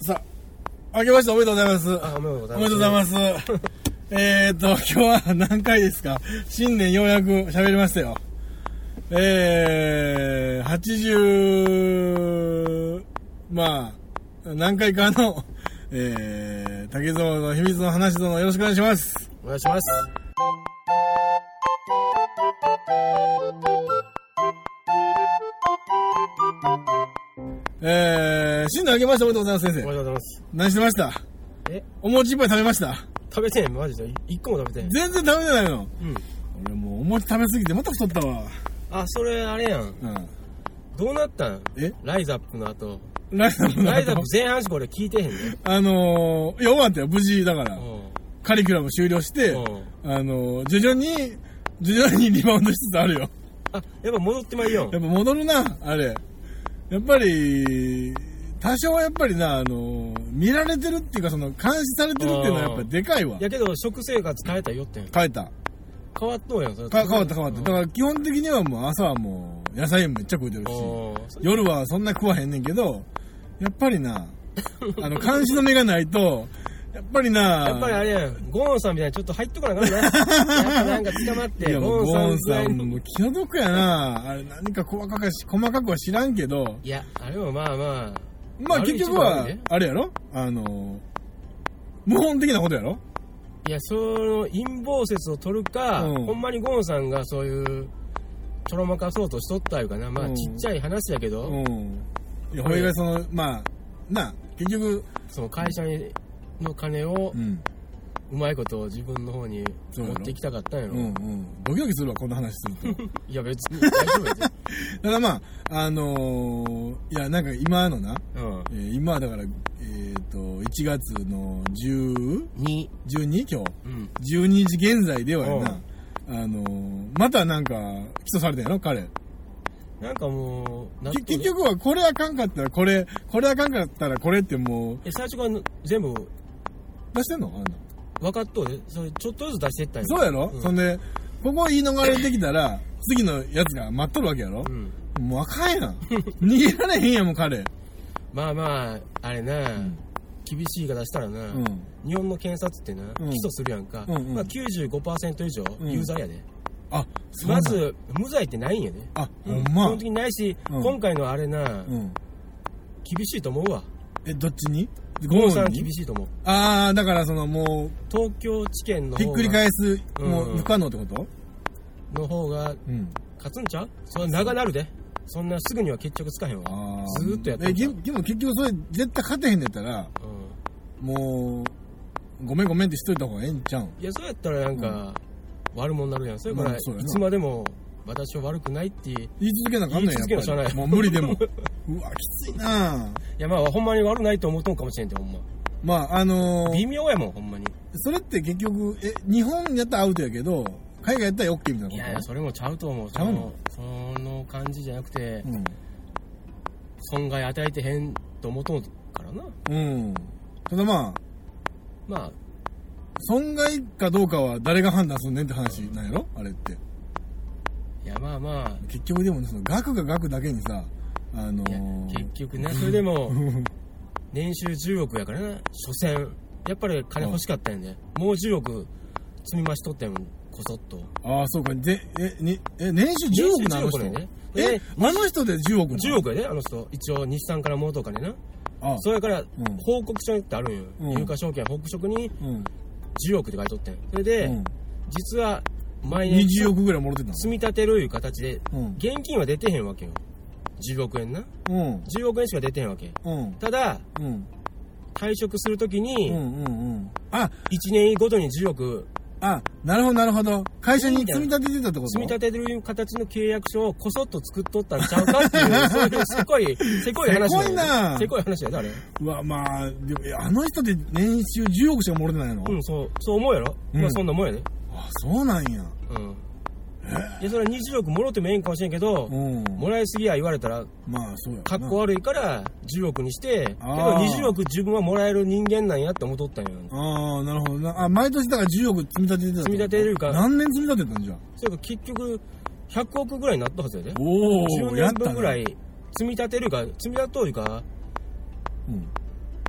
さあ、明けましておめでとうございます。 おめでとうございます。 おめでとうございます。今日は何回ですか？新年ようやく喋りましたよ。80、まあ、何回かの、竹蔵の秘密の話どのよろしくお願いします。 お願いします。 新年明けましておめでとうございます、先生。 おめでとうございます。 何してました？お餅いっぱい食べました？ 食べてん、マジで。一個も食べてん。 全然食べてないの。 うん。 俺もうお餅食べ過ぎてまた太ったわ。 あ、それあれやん。 うん。 どうなったん？ライズアップの後。 ライズアップ前半しか俺聞いてへんね。 いや、終わったよ、無事だから。カリキュラム終了して、徐々にリバウンドしつつあるよ。 あ、やっぱ戻ってまいよ。 やっぱ戻るな、あれ。やっぱり、多少はやっぱりな、見られてるっていうか、監視されてるっていうのはやっぱでかいわ。 やけど、食生活変えたよってん。 変えた。 変わっとうやん、それ。 変わった。だから基本的にはもう朝はもう野菜めっちゃ食うてるし、夜はそんな食わへんねんけど、やっぱりな、監視の目がないと、やっぱりあれやん、ゴーンさんみたいにちょっと入っとかなあかんな。やっぱなんか捕まって、 ゴーンさんも気の毒やな。あれ何か細かくは知らんけど。 いや、あれもまあ結局は、あれやろ？無本的なことやろ？ いや、その陰謀説を取るか、ほんまにゴーンさんがそういうちょろまかそうとしとったいうかな。まあ、ちっちゃい話やけど。 いや、これが結局、 その会社の金を、うまいことを自分の方に持っていきたかったんやろ。 ドキドキするわ、こんな話すると。 いや、別に大丈夫やで。 ただまあ、いや、なんか今のな、今はだから、1月の12今日、12時現在ではやな、またなんか、起訴されたやろ、彼。 なんかもう、 結局はこれあかんかったらこれあかんかったらこれってもう。 最初から全部、 出してんの？ 分かっとうで。それちょっとずつ出していったんや。 そうやろ？そんで、ここ言い逃れてきたら、次のやつが待っとるわけやろ？もうあかんやん。逃げられへんやん、もう彼。 まあ、あれな、厳しい言い方したらな、日本の検察ってな、起訴するやんか。まあ 95% 以上有罪やで。まず、無罪ってないんやで。 ほんま。 基本的にないし、今回のあれな、厳しいと思うわ。 どっちに？ ゴーンさん厳しいと思う。 だからもう、 東京地検の方が。 ひっくり返す、もう不可能ってこと？ の方が、勝つんちゃう？それ長なるで。そんなすぐには決着つかへんわ。ずーっとやってる。 でも結局それ絶対勝てへんねったら、もう、ごめんってしといた方がええんちゃうん？いや、そうやったらなんか、悪者になるやん。それから、いつまでも私は悪くないって言い続けなあかんねん。 言い続けなしゃあない。 もう無理でも。うわ、きついな。 いや、まあ、ほんまに悪ないと思うとんかもしれんて、ほんま。 まあ、 微妙やもん、ほんまに。 それって結局、日本やったらアウトやけど、海外やったら OK みたいなこと？ いや、それもちゃうと思う。 ちゃうの？ その感じじゃなくて、損害与えてへんと思うとからな。 ただまあ、損害かどうかは誰が判断するねんって話なんやろ？あれって。いや、まあ。 結局でもね、その額が額だけにさ、 結局ね、それでも、年収10億やからな、所詮。やっぱり金欲しかったんやね。もう10億積み増しとったんやもん、こそっと。 そうか。年収10億なの人？ ね。 あの人で10億なの ？10億やで、あの人。一応、日産からもろとかねな。それから、報告書ってあるんよ。有価証券報告書に、10億って書いとってん。それで、実は、毎年 20億ぐらいもろてたの？ 積み立てるいう形で、現金は出てへんわけよ。10億円な。10億円しか出てへんわけ。ただ、退職するときに、1年ごとに10億。 なるほど。会社に積み立ててたってこと？ 積み立てる形の契約書をこそっと作っとったんちゃうかっていう、そういうせこい話だよ。 せこいな。 せこい話やで、あれ。 うわ、まあ、でもあの人で年収10億しかもろてないの？ そう思うやろ？まあそんなもんやで。 そうなんや。 いや、それは20億もろてもええんかもしれんけど、もらいすぎや言われたら、 そうや。 かっこ悪いから10億にして、けど20億自分はもらえる人間なんやって思っとったんや。 なるほどな。毎年だから10億積み立ててた。 積み立てるか。 何年積み立てたんじゃ？ それか結局、100億ぐらいになったはずやで。 10 年分ぐらい積み立てるか、積み立とういうか、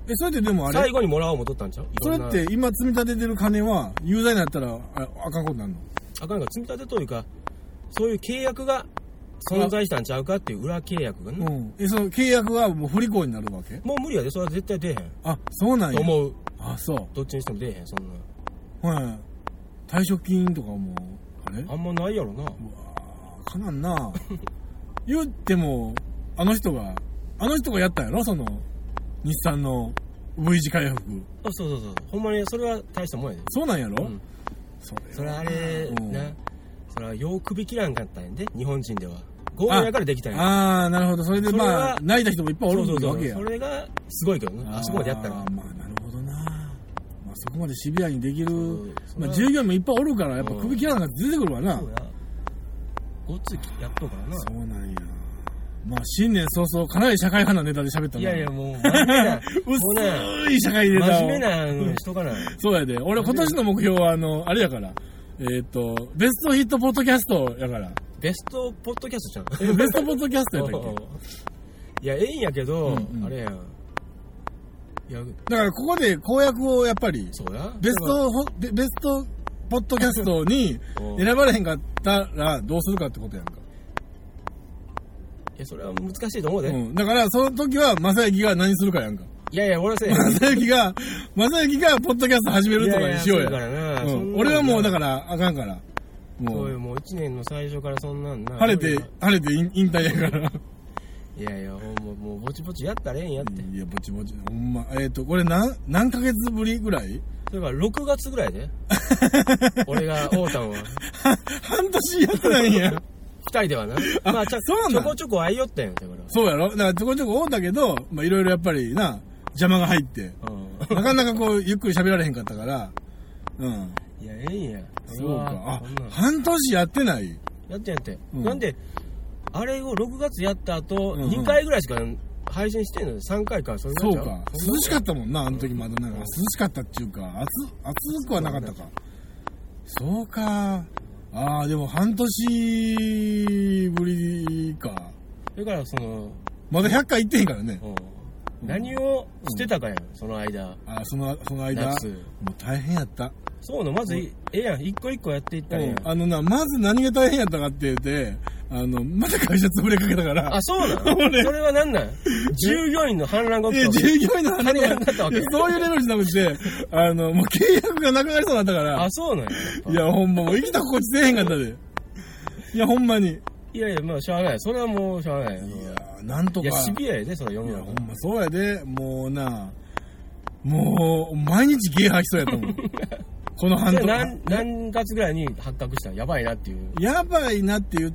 それってでもあれ最後にもらおうもとったんちゃう？ それって今積み立ててる金は有罪になったらあかんことになるの？ あかんが積み立てというか、そういう契約が存在したんちゃうかっていう裏契約がね。 その契約はもう不履行になるわけ？ もう無理やで、それは絶対出えへん。 あ、そうなんや。 と思う。 あ、そう。 どっちにしても出えへん、そんな。 はい。退職金とかも、あれ？ あんまないやろな。うわぁ、かなんな。言っても、あの人がやったんやろ？その、日産の V 字開発。 そう。ほんまに、それは大したもんやで。 そうなんやろ？ それあれ、それはよう首切らんかったんやで、日本人では。合法やからできたんや。 ああ、なるほど。それでまあ、泣いた人もいっぱいおるわけや。 それがすごいけどな。あそこまでやったら。 まあ、なるほどな。まあ、そこまでシビアにできる。まあ、従業員もいっぱいおるから、やっぱ首切らんかって出てくるわな。そうや。 ごっついやっとうからな。 そうなんや。まあ、新年早々、かなり社会派なネタで喋ったな。 いや、もう、真面目な。 薄い社会ネタを。 真面目な人かな。 そうやで。俺今年の目標は、あれやから。ベストヒットポッドキャストやから。 ベストポッドキャストじゃん。 ベストポッドキャストやったっけ？いや、ええんやけど、あれやん。いや、だからここで公約をやっぱり、 そうや。 ベストポッドキャストに選ばれへんかったらどうするかってことやんか。 いや、それは難しいと思うで。 だから、その時は、正幸が何するかやんか。 いや、俺はせえへん。 正幸が、ポッドキャスト始めるとかにしようや。俺はもう、だから、あかんから。 もう1年の最初からそんなんな。 晴れて引退やから。 いや、もう、ぼちぼちやったらええんやって。 いや、ぼちぼち。ほんま、これ何ヶ月ぶりぐらい？ それから6月ぐらいで。俺が会うたんは。 半年やってないんや。 二人ではな。まあ、ちょこちょこ会いよったんやん、だから。 そうやろ？だからちょこちょこ会うたけど、まあいろいろやっぱりな、邪魔が入って、なかなかこう、ゆっくり喋られへんかったから、 いや、ええんや。 そうか。あ、半年やってない？ やって。なんで、あれを6月やった後、2回ぐらいしか配信してんのよ。3回か、 そうか。涼しかったもんな、あの時まだなんか。涼しかったっていうか、暑くはなかったか。そうか。ああ、でも半年ぶりか。 だからまだ100回行ってへんからね。 何をしてたかやん、その間。 その間。もう大変やった。 そうの、まず、ええやん、一個一個やっていったらええやん。 まず何が大変やったかって言って、また会社潰れかけたから。 あ、そうなの？それは何なん？従業員の反乱が起きた。 従業員の反乱が起きたわけ。そういうレベルじゃなくて、もう契約がなくなりそうになったから。 あ、そうなんや。 いや、ほんま、もう生きた心地せえへんかったで。いや、ほんまに。 いや、まあ、しゃあない。それはもう、しゃあない。いや、 なんとか。 いや、シビアやで、それ読むの。 ほんま、そうやで。もうな、毎日ゲー吐きそうやったもん。この半年。 何月ぐらいに発覚したの？やばいなっていう。 やばいなって言って、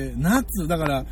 夏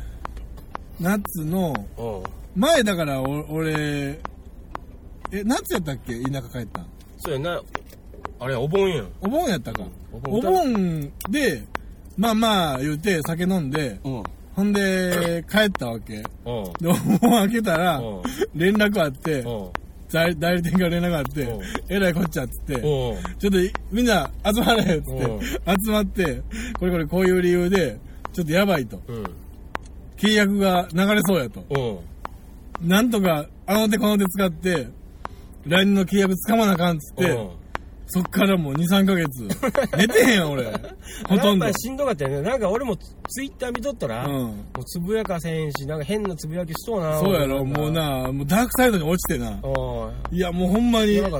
の、前だから俺、夏やったっけ？田舎帰ったん。 そうやな。あれ、お盆やん。 お盆やったか。お盆で、まあ言うて酒飲んで、ほんで帰ったわけ。で、お盆開けたら、連絡あって、代理店から連絡があって、えらいこっちゃっつって、ちょっとみんな集まれっつって、集まって、こういう理由で、ちょっとやばいと。契約が流れそうやと。なんとか、あの手この手使って、来年の契約つかまなあかんっつって、そっからもう2、3ヶ月。寝てへんやん、俺。ほとんど。 やっぱりしんどかったよね。なんか俺もツイッター見とったら、もうつぶやかせへんし、なんか変なつぶやきしそうな。 そうやろ、もうダークサイドに落ちてな。いや、もうほんまに。 やばかった。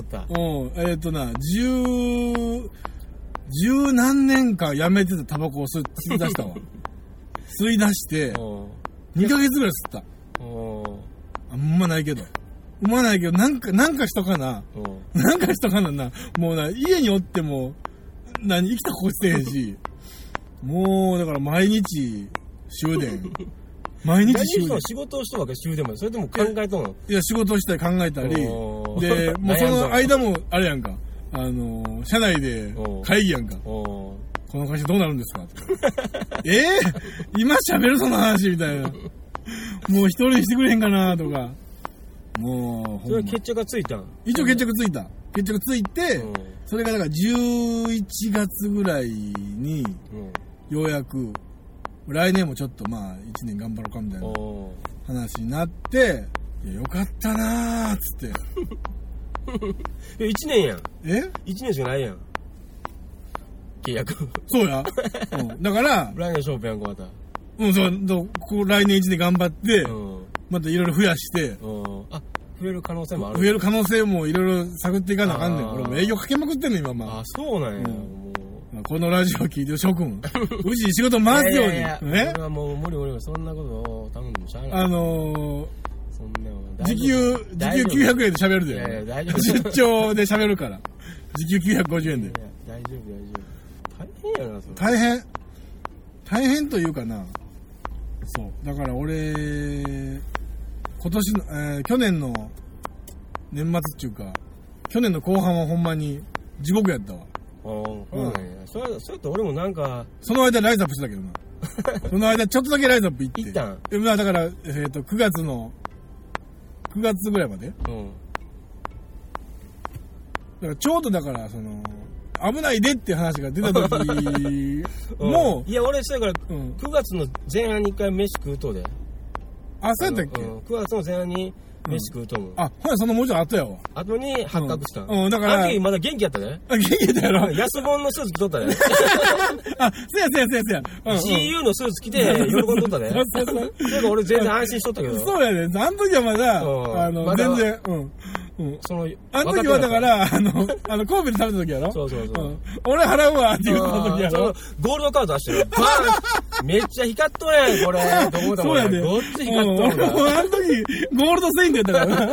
十何年間やめてたタバコを吸い出したわ。吸い出して、2ヶ月ぐらい吸った。あんまないけど。なんかしとかな。なんかしとかな。もうな、家におっても、生きた心地せえへんし、もう、だから毎日、終電。毎日終電。 仕事をしとるわけ、終電まで。それでも考えとんの？ いや、仕事をしたり考えたり、で、もうその間も、あれやんか、社内で会議やんか。この会社どうなるんですか今喋るその話みたいな。もう一人にしてくれへんかなとか。もう、 それは決着がついたん？ 一応決着ついた。決着ついて、それがだから11月ぐらいに、ようやく、来年もちょっとまあ1年頑張ろうかみたいな話になって、 いやよかったなーっつって 1年やん。 1 年しかないやん。契約。 そうや。だから、 来年勝負やん、こうまた。 来年1年頑張って、またいろいろ増やして、 増える可能性もある。 増える可能性もいろいろ探っていかなあかんねん。俺も営業かけまくってんの、今まあ。 そうなんや。 このラジオ聞いてる諸君、うちに仕事回すように。 俺はもう無理、そんなことを頼んでもしゃあない。 そんな時給900円で喋るで。 大丈夫。 出張で喋るから。時給950円で。 大丈夫。大変やな、それ。 大変というかな。そう。だから俺、今年の、去年の年末っていうか、去年の後半はほんまに地獄やったわ。 そうやって俺もなんか。 その間ライズアップしてたけどな。その間ちょっとだけライズアップ行って。 行ったん？ だから、9月ぐらいまで。だからちょうどだから、危ないでっていう話が出た時もいや、俺、それから、9月の前半に1回飯食うとで。 そうやったっけ ？9月の前半に飯食うと思う。 ほら、そのもうちょい後やわ。 後に発覚した。 だから。 あの時まだ元気やったね。 元気やったやろ。 安本のスーツ着とったね。 そうや。 GU のスーツ着て、喜んどったね。そう。俺全然安心しとったけど。 そうやね。あの時はまだ、全然、あの時はだから、神戸で食べた時やろ。 そう。 俺払うわっていう時やろ。 ゴールドカード出してる。めっちゃ光っとるやん、これ。 そうやね。 ごっつ光っとる。 俺もあの時、ゴールドセイントやったからな。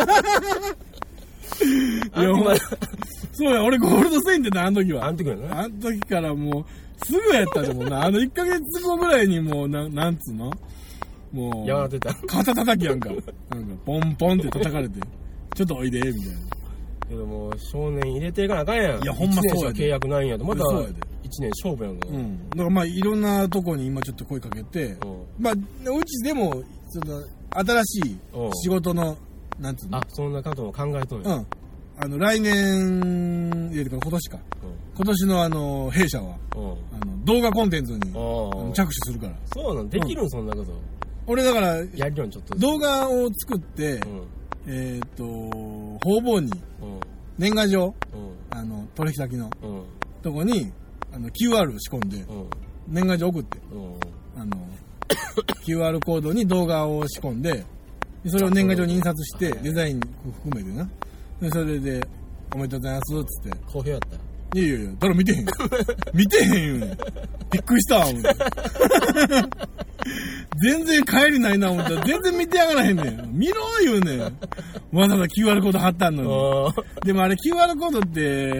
そうや、俺ゴールドセイントやった、あの時は。 あの時からもう、すぐやったでもな。1ヶ月後ぐらいにもう、なんつうのもう、 やられてた。 肩叩きやんか。ポンポンって叩かれて。ちょっとおいで、みたいな。 けどもう、少年入れていかなあかんやん。 いや、ほんまそうやで。1年契約ないんやと。また、1年勝負やんか。 だからまあ、いろんなとこに今ちょっと声かけて、まあ、うちでも、新しい仕事の、なんつうの？ そんなことも考えとんや。 来年、今年か。今年の弊社は、動画コンテンツに着手するから。 そうなん、できるん、そんなこと。 俺だから、 やるよ、ちょっと。 動画を作って、方々に、年賀状、取引先の、とこに、QR 仕込んで、年賀状送って、QR コードに動画を仕込んで、それを年賀状に印刷して、デザイン含めてな。でそれで、おめでとうございます、つって。 好評やった。 いや、誰見てへん。見てへんよね。びっくりした、思って。全然帰りないな、思ったら、全然見てやがらへんねん。見ろ言うねん。わざわざ QR コード貼ったんのに。でもあれ QR コードって、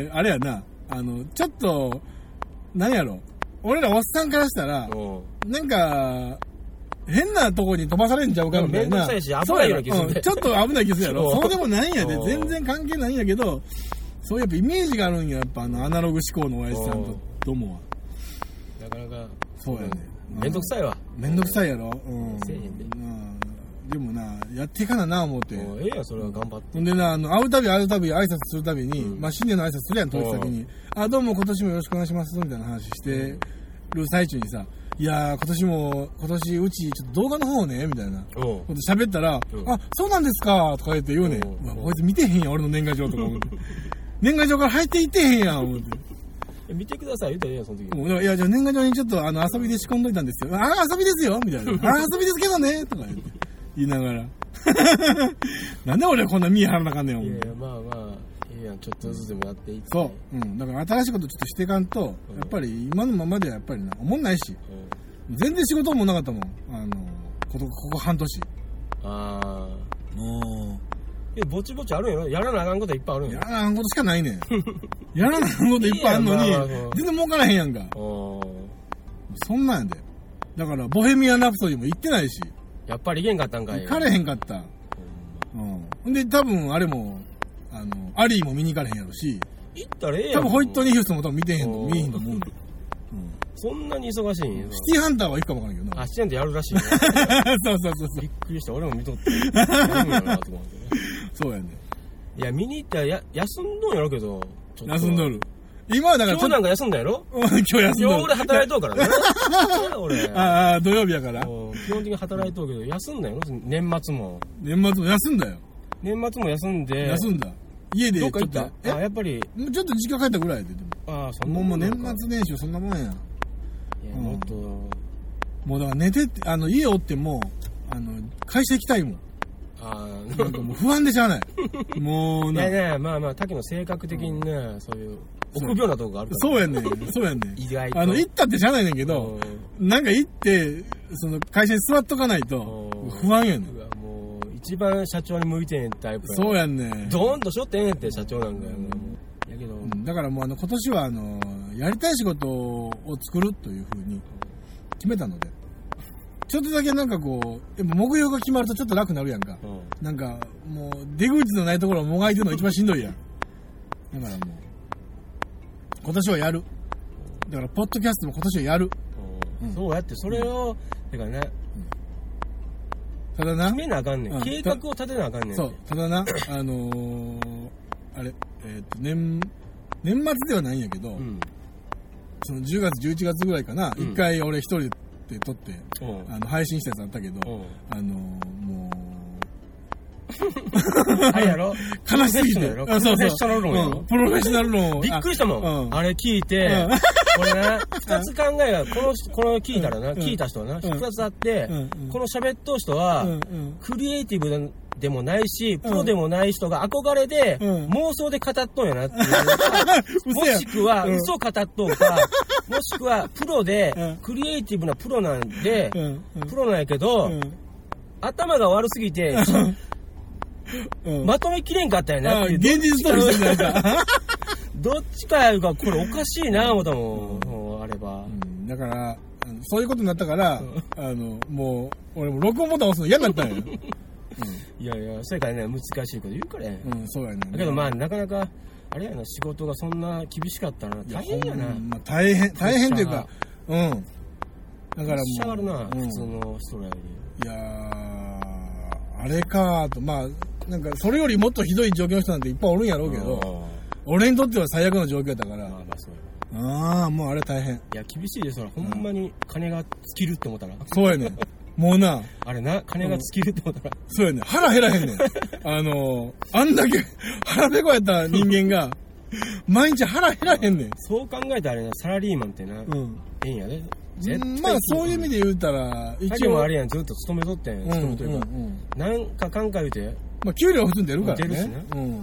あれやな、ちょっと、何やろ。俺らおっさんからしたら、なんか、変なとこに飛ばされんちゃうかみたいな。 めんどくさいし、危ないような気する。 ちょっと危ない気するやろ。そうでもないんやで。全然関係ないんやけど、そういうやっぱイメージがあるんや、やっぱアナログ思考の親父さんとどもは。 なかなか。 そうやね。 めんどくさいわ。 めんどくさいやろ。 せえへんで。 でもな、やっていかなな思って。 ええやん、それは頑張って。 ほんでな、会うたび挨拶するたびに、まあ新年の挨拶するやん、取引先に。どうも今年もよろしくお願いします、みたいな話してる最中にさ、いやー、今年うちちょっと動画の方ね、みたいなこと喋ったら、そうなんですかとか言って言うねん。うわ、こいつ見てへんやん、俺の年賀状とか思って。年賀状から入っていってへんやん、思って。 見てください、言うたらええやん、その時。 いや、じゃあ年賀状にちょっと遊びで仕込んどいたんですよ。遊びですよみたいな。遊びですけどねとか言いながら。なんで俺こんな見え張らなあかんねん、 いやいや、まあ、いいやん、ちょっとずつでもやっていって。 そう。だから新しいことちょっとしていかんと、やっぱり今のままではやっぱりな、思んないし。全然仕事もなかったもん。ここ半年。 ぼちぼちあるんやろ。やらなあかんこといっぱいあるんや。 やらなあかんことしかないねん。やらなあかんこといっぱいあるのに、全然儲からへんやんか。そんなんやで。だから、ボヘミアン・ラプソディも行ってないし。 やっぱり行けんかったんかい。 行かれへんかった。で、多分、あれも、アリーも見に行かれへんやろし。 行ったらええやん。 多分、ホイットニー・ヒューストンも多分見えへんと思うんだよ。 そんなに忙しいんや。 シティハンターは行くかもわからんけどな。 シティハンターやるらしいね。 そう。 びっくりした。俺も見とって。 そうやね。 いや、見に行ったら休んどんやろうけど。 休んどる。 今はだから今日なんか休んだやろ？ 今日休んだ。 今日俺働いとうからね。俺。 ああ、土曜日やから。 基本的に働いとうけど、休んだよ。年末も。 年末も休んだよ。 年末も休んで。 休んだ。家でどっか行った？やっぱり。 ちょっと実家帰ったぐらいで。 そんなもう年末年始そんなもんや。いや、 もっと。 もうだから寝てって、家おっても、会社行きたいもん。なんかもう不安でしゃあない。もういやね、まあ、滝の性格的にね、そういう、臆病なとこがあるから。 そうやねん。そうやねん。 意外と。 行ったってしゃあないねんけど、なんか行って、会社に座っとかないと、不安やねん。 もう、一番社長に向いてんタイプや。 そうやんねん。 ドーンとしょってんねんって社長なんだよね。やけど。 だからもう今年はやりたい仕事を作るというふうに決めたので。ちょっとだけなんかこう、目標が決まるとちょっと楽になるやんか。なんか、もう、出口のないところをもがいてるのが一番しんどいやん。だからもう、今年はやる。だから、ポッドキャストも今年はやる。 そうやって、それを、てかね、 ただな。 決めなあかんねん。計画を立てなあかんねん。 そう、ただな、あれ、年末ではないんやけど、その10月、11月ぐらいかな、一回俺一人で、撮って配信したやつあったけどもうあれやろ悲しすぎてプロフェッショナル論やろプロフェッショナル論びっくりしたもんあれ聞いてこれな2つ考えがこの聞いたらな聞いた人はな2つあってこの喋っとう人はクリエイティブでもないしプロでもない人が憧れで妄想で語っとんやなっていうもしくは嘘語っとうかもしくはプロでクリエイティブなプロなんでプロなんやけど頭が悪すぎてまとめきれんかったんやなっていう現実としてなんかどっちかいうかこれおかしいな思ったもんあればだからそういうことになったからもう俺も録音ボタン押すの嫌になったんやいやいやそれからね難しいこと言うからそうやねだけどまあなかなかあれやな仕事がそんな厳しかったら大変やな大変っていうかだからもうしゃがるな普通の人らよりいやあれかとまあなんかそれよりもっとひどい状況の人なんていっぱいおるんやろうけど俺にとっては最悪の状況だからもうあれ大変いや厳しいですほんまに金が尽きるって思ったらそうやねもうなあれな金が尽きるって思ったらそうやね腹減らへんねんあんだけ腹ペコやった人間が毎日腹減らへんねんそう考えたらあれなサラリーマンってなええんやでまあそういう意味で言うたら一応もあれやんずっと勤めとってん勤めというかなんかかんか言うてまあ給料普通に出るからね出るしな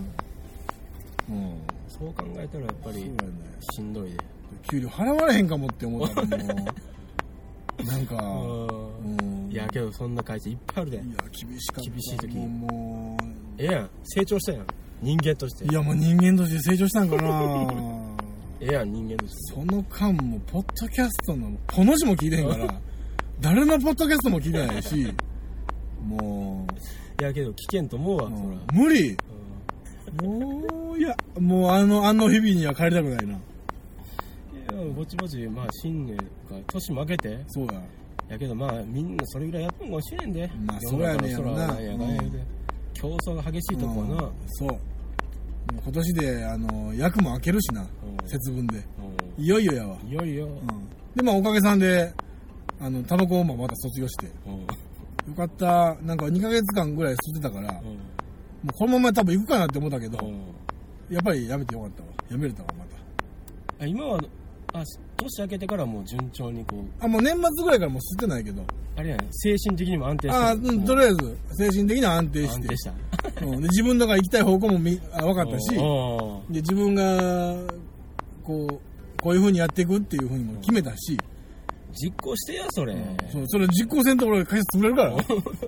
そう考えたらやっぱりしんどいで給料払われへんかもって思ったらもうなんかいやけどそんな会社いっぱいあるでいや厳しかった厳しい時もうええやん成長したやん人間としていやもう人間として成長したんかなええやん人間としてその間もポッドキャストのこの字も聞いてへんから誰のポッドキャストも聞いてないしもういやけど危険と思うわ無理もういやもうあの日々には帰りたくないなぼちぼちまあ新年か年負けてそうだやけどまあみんなそれぐらいやってんかもしれんでまあそうやねんな競争が激しいとこはなそう今年で役も開けるしな節分でいよいよやわいよいよでまあおかげさんでタバコもまた卒業してよかったなんか2ヶ月間ぐらい吸ってたからもうこのまま多分行くかなって思ったけどやっぱりやめてよかったわやめれたわまた今は年明けてからもう順調にこうもう年末ぐらいからもう吸ってないけどあれやね精神的にも安定してとりあえず精神的には安定してで自分が行きたい方向も分かったしで自分がこういう風にやっていくっていう風にも決めたし実行してやそれそれ実行せんと俺会社潰れるからい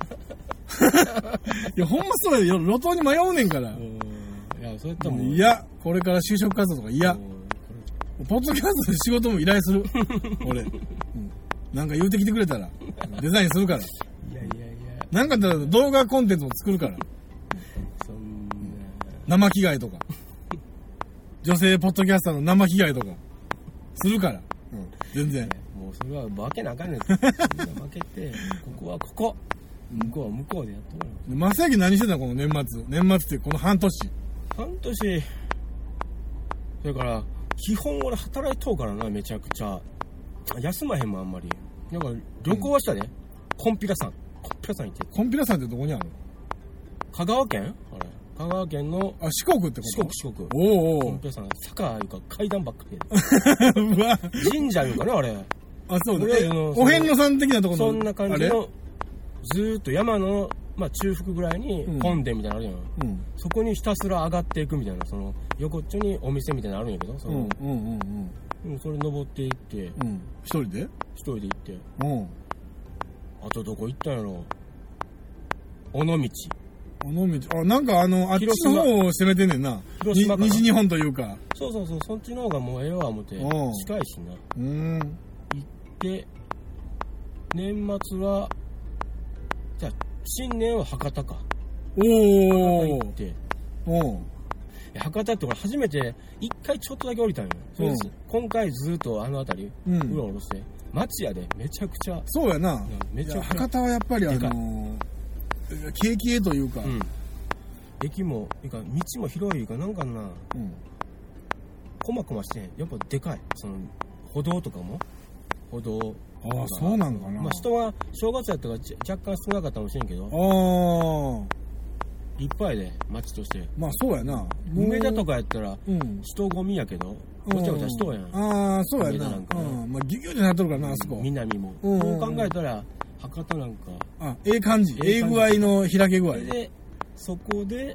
やほんまそうやで路頭に迷うねんからいやそうやったもんいやこれから就職活動とか嫌ポッドキャストで仕事も依頼する俺、なんか言うてきてくれたらデザインするからいやなんか動画コンテンツも作るから生着替えとか女性ポッドキャスターの生着替えとかするから、全然もうそれは分けなあかんねん分けてここはここ向こうは向こうでやってもらう真っ先何してたのこの年末ってこの半年それから基本俺働いとうからな、めちゃくちゃ。休まへんもん、あんまり。なんか旅行はしたで、コンピラ山行って。 コンピラ山ってどこにあるの？ 香川県あれ。香川県の。 あ、四国ってこと？ 四国。 おお。 コンピラ山、坂いうか階段ばっかり。 うわ。 神社いうかね、あれ。 あ、そうね。お遍路さん的なところそんな感じの、ずーっと山の、まあ中腹ぐらいに本殿みたいなのあるやん。うん。そこにひたすら上がっていくみたいな、その、横っちょにお店みたいなのあるんやけど、その、それ登っていって、 一人で行って。あとどこ行ったんやろ。尾道。 あ、なんかあっちの方を攻めてんねんな。西日本というか。 そう、そっちの方がもうええわ思って。近いしな。行って、年末は、じゃあ、新年は博多か。 おー。 行って。博多って俺初めて一回ちょっとだけ降りたんよ。今回ずっとあの辺り、うろうろして。町やで、めちゃくちゃ。 そうやな。めちゃくちゃ。博多はやっぱり景気へというか。 駅も、道も広いかなんかな。こまこまして、やっぱでかい。その、歩道とかも。歩道。 ああ、そうなんかな。 まあ人は正月やったから若干少なかったかもしれんけど。いっぱいで、街として。 まあそうやな。 梅田とかやったら、人混みやけど、ごちゃごちゃ人やん。 ああ、そうやな。まあギュギュってなっとるからな、あそこ。 南も。そう考えたら、博多なんか。 あ、ええ感じ。ええ具合の開け具合。 で、そこで、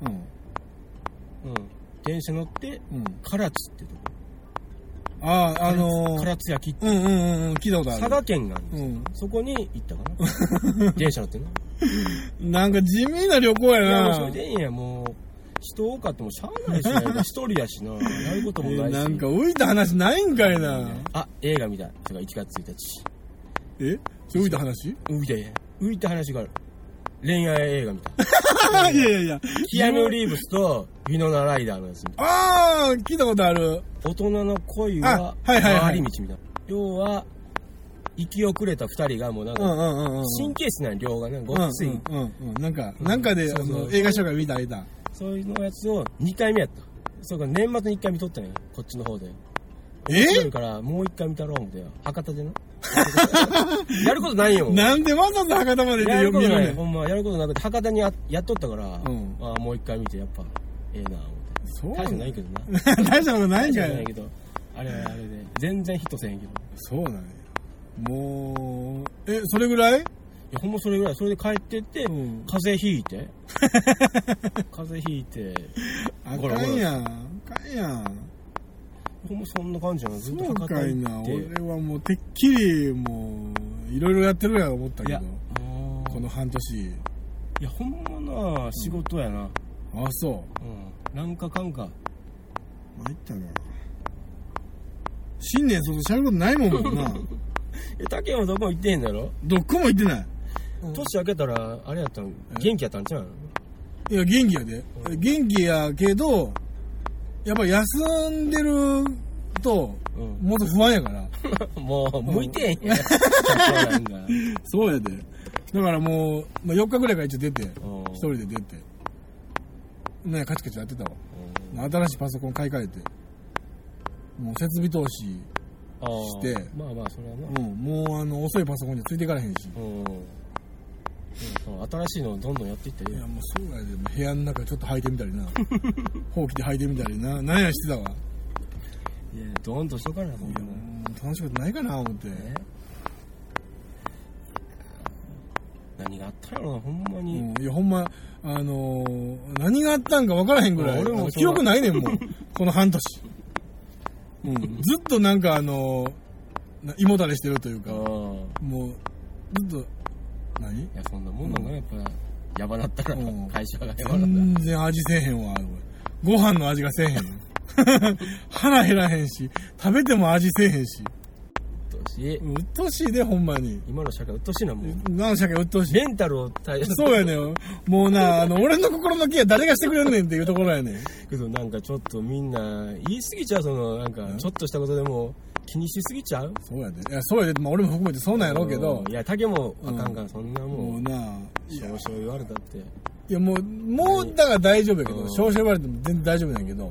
電車乗って、唐津ってとこ。唐津焼きって。 聞いたことある。 佐賀県があるんですよ。そこに行ったかな。電車乗ってな。 なんか地味な旅行やな。 いや、もうそれでいいんや、もう。人多かってもしゃあないしな。一人やしな。やることもないし。 なんか浮いた話ないんかいな。 あ、映画見た。それが1月1日。 え？それ浮いた話？ 浮いた話がある。恋愛映画見た。 いや。 キアヌ・リーブスとウィノナ・ライダーのやつ見た。 ああ、聞いたことある。 大人の恋は回り道みたいな。要は、生き遅れた二人がもうなんか、神経質な量がね、ごっつい。 なんかで、映画紹介見た。 そういうのやつを2回目やった。そうか、年末に1回見とったんや。こっちの方で。だからもう1回見たろう思ってよ。博多でな。やることないよ。 なんでわざわざ博多までやることない。ほんまやることなくて博多にやっとったから、もう1回見てやっぱええな思って。大したないけどな。 大したことないんかい。 大したないけど、あれで全然ヒットせへんけど。 そうなんや。もうそれぐらい？ いやほんまそれぐらい。それで帰ってって、風邪ひいて。 あかんやん。 ほんまそんな感じやな。 ずっと博多行って。俺はもうてっきりもういろいろやってるやろ思ったけど、この半年。いやほんまな仕事やな。 あ、そう。 なんかかんか。 参ったな。新年そうしゃべることないもんな。 竹山どこも行ってへんだろ。 どこも行ってない。 年明けたらあれやったん元気やったんちゃう？ いや元気やで。元気やけど。やっぱり休んでると、もっと不安やから。 もう、向いてへんやん。 そうやで。だからもう、4日ぐらいから一応出て、一人で出て。ね、カチカチやってたわ。新しいパソコン買い替えて、もう設備投資して、 まあそれはな。 もう遅いパソコンについていかれへんし。 新しいのどんどんやっていって。 いやもうそうやで、部屋の中ちょっと履いてみたりな。ほうきで履いてみたりな。何やしてたわ。 いや、どんとしとかな、そんな。 楽しいことないかな、思って。 何があったんやろな、ほんまに。 いや、ほんま、何があったんか分からへんぐらい。俺も記憶ないねん、もう。この半年。ずっとなんか胃もたれしてるというか、もう、ずっと、何？ いや、そんなもんなんかやっぱ、やばなったら、会社がやばなったら。 全然味せえへんわ。ご飯の味がせえへん。腹減らへんし、食べても味せえへんし。うっとうしいで、ほんまに。 今の社会うっとうしいな、もう。 今の社会うっとうしい。 メンタルをそうやねん。もうな、俺の心のケア誰がしてくれんねんっていうところやねん。 けどなんかちょっとみんな、言い過ぎちゃう、なんか、ちょっとしたことでも、気にしすぎちゃう？ そうやで。いや、そうやで。俺も含めてそうなんやろうけど。 いや、竹もあかんから、そんなもん。 もうな、 少々言われたって。 いや、もう、だから大丈夫やけど、少々言われても全然大丈夫なんやけど、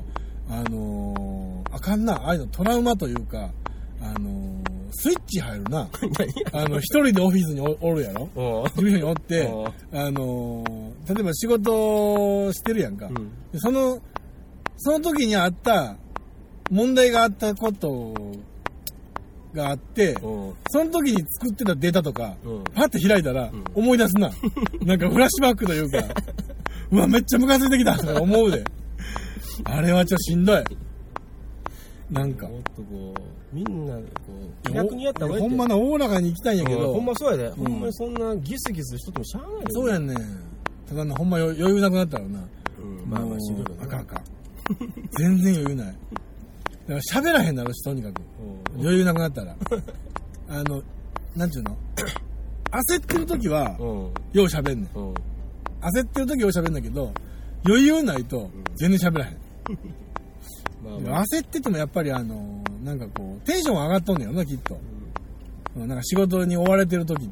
あかんな、ああいうのトラウマというか、スイッチ入るな。一人でオフィスにおるやろ。事務所におって、例えば仕事してるやんか。でその時にあった問題があったことがあって、その時に作ってたデータとか、パッて開いたら思い出すな。なんかフラッシュバックというか、うわめっちゃムカついてきたとか思うで。あれはちょっとしんどい。なんかもっとこうみんなこう気楽にやった方がいい。 ほんまなおおらかに行きたいんやけど、 ほんまそうやで、ほんまにそんなギスギスしとってもしゃあないよ。 そうやねん。ただなほんま余裕なくなったらな、 まあまあしんどいあかんあかん。全然余裕ない。だから喋らへんなろし、とにかく余裕なくなったらなんちゅうの、焦ってる時はよう喋んねん。焦ってる時よう喋んだけど、余裕ないと全然喋らへん。焦っててもやっぱりなんかこうテンション上がっとんねんよな、きっと。なんか仕事に追われてる時って、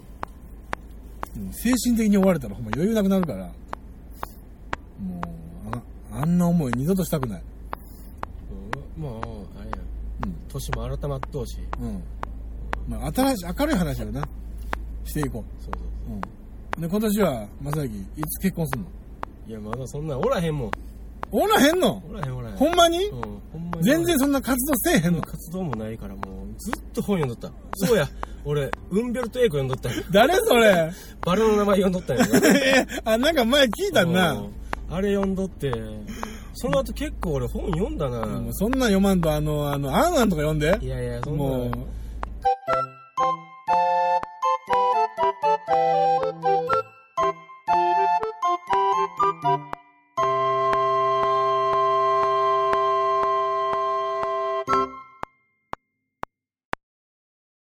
精神的に追われたらほんま余裕なくなるから、もうあんな思い二度としたくない。 まああれや、年も改まっとうし、 まあ新しい明るい話をなしていこう。そうそう。で今年は正行いつ結婚すんの？ いやまだそんなおらへんもん。 おらへんの？ おらへんおらへん。 ほんまに？ ほんまに。 全然そんな活動せえへんの？ 活動もないからもうずっと本読んどった。そうや、俺ウンベルト・エイコ読んどったんや。 誰それ？ バルの名前読んどったんや。なんか前聞いたんな。 あれ読んどって、その後結構俺本読んだな。 そんなん読まんとアンアンとか読んで。 いやいや、そんな。もう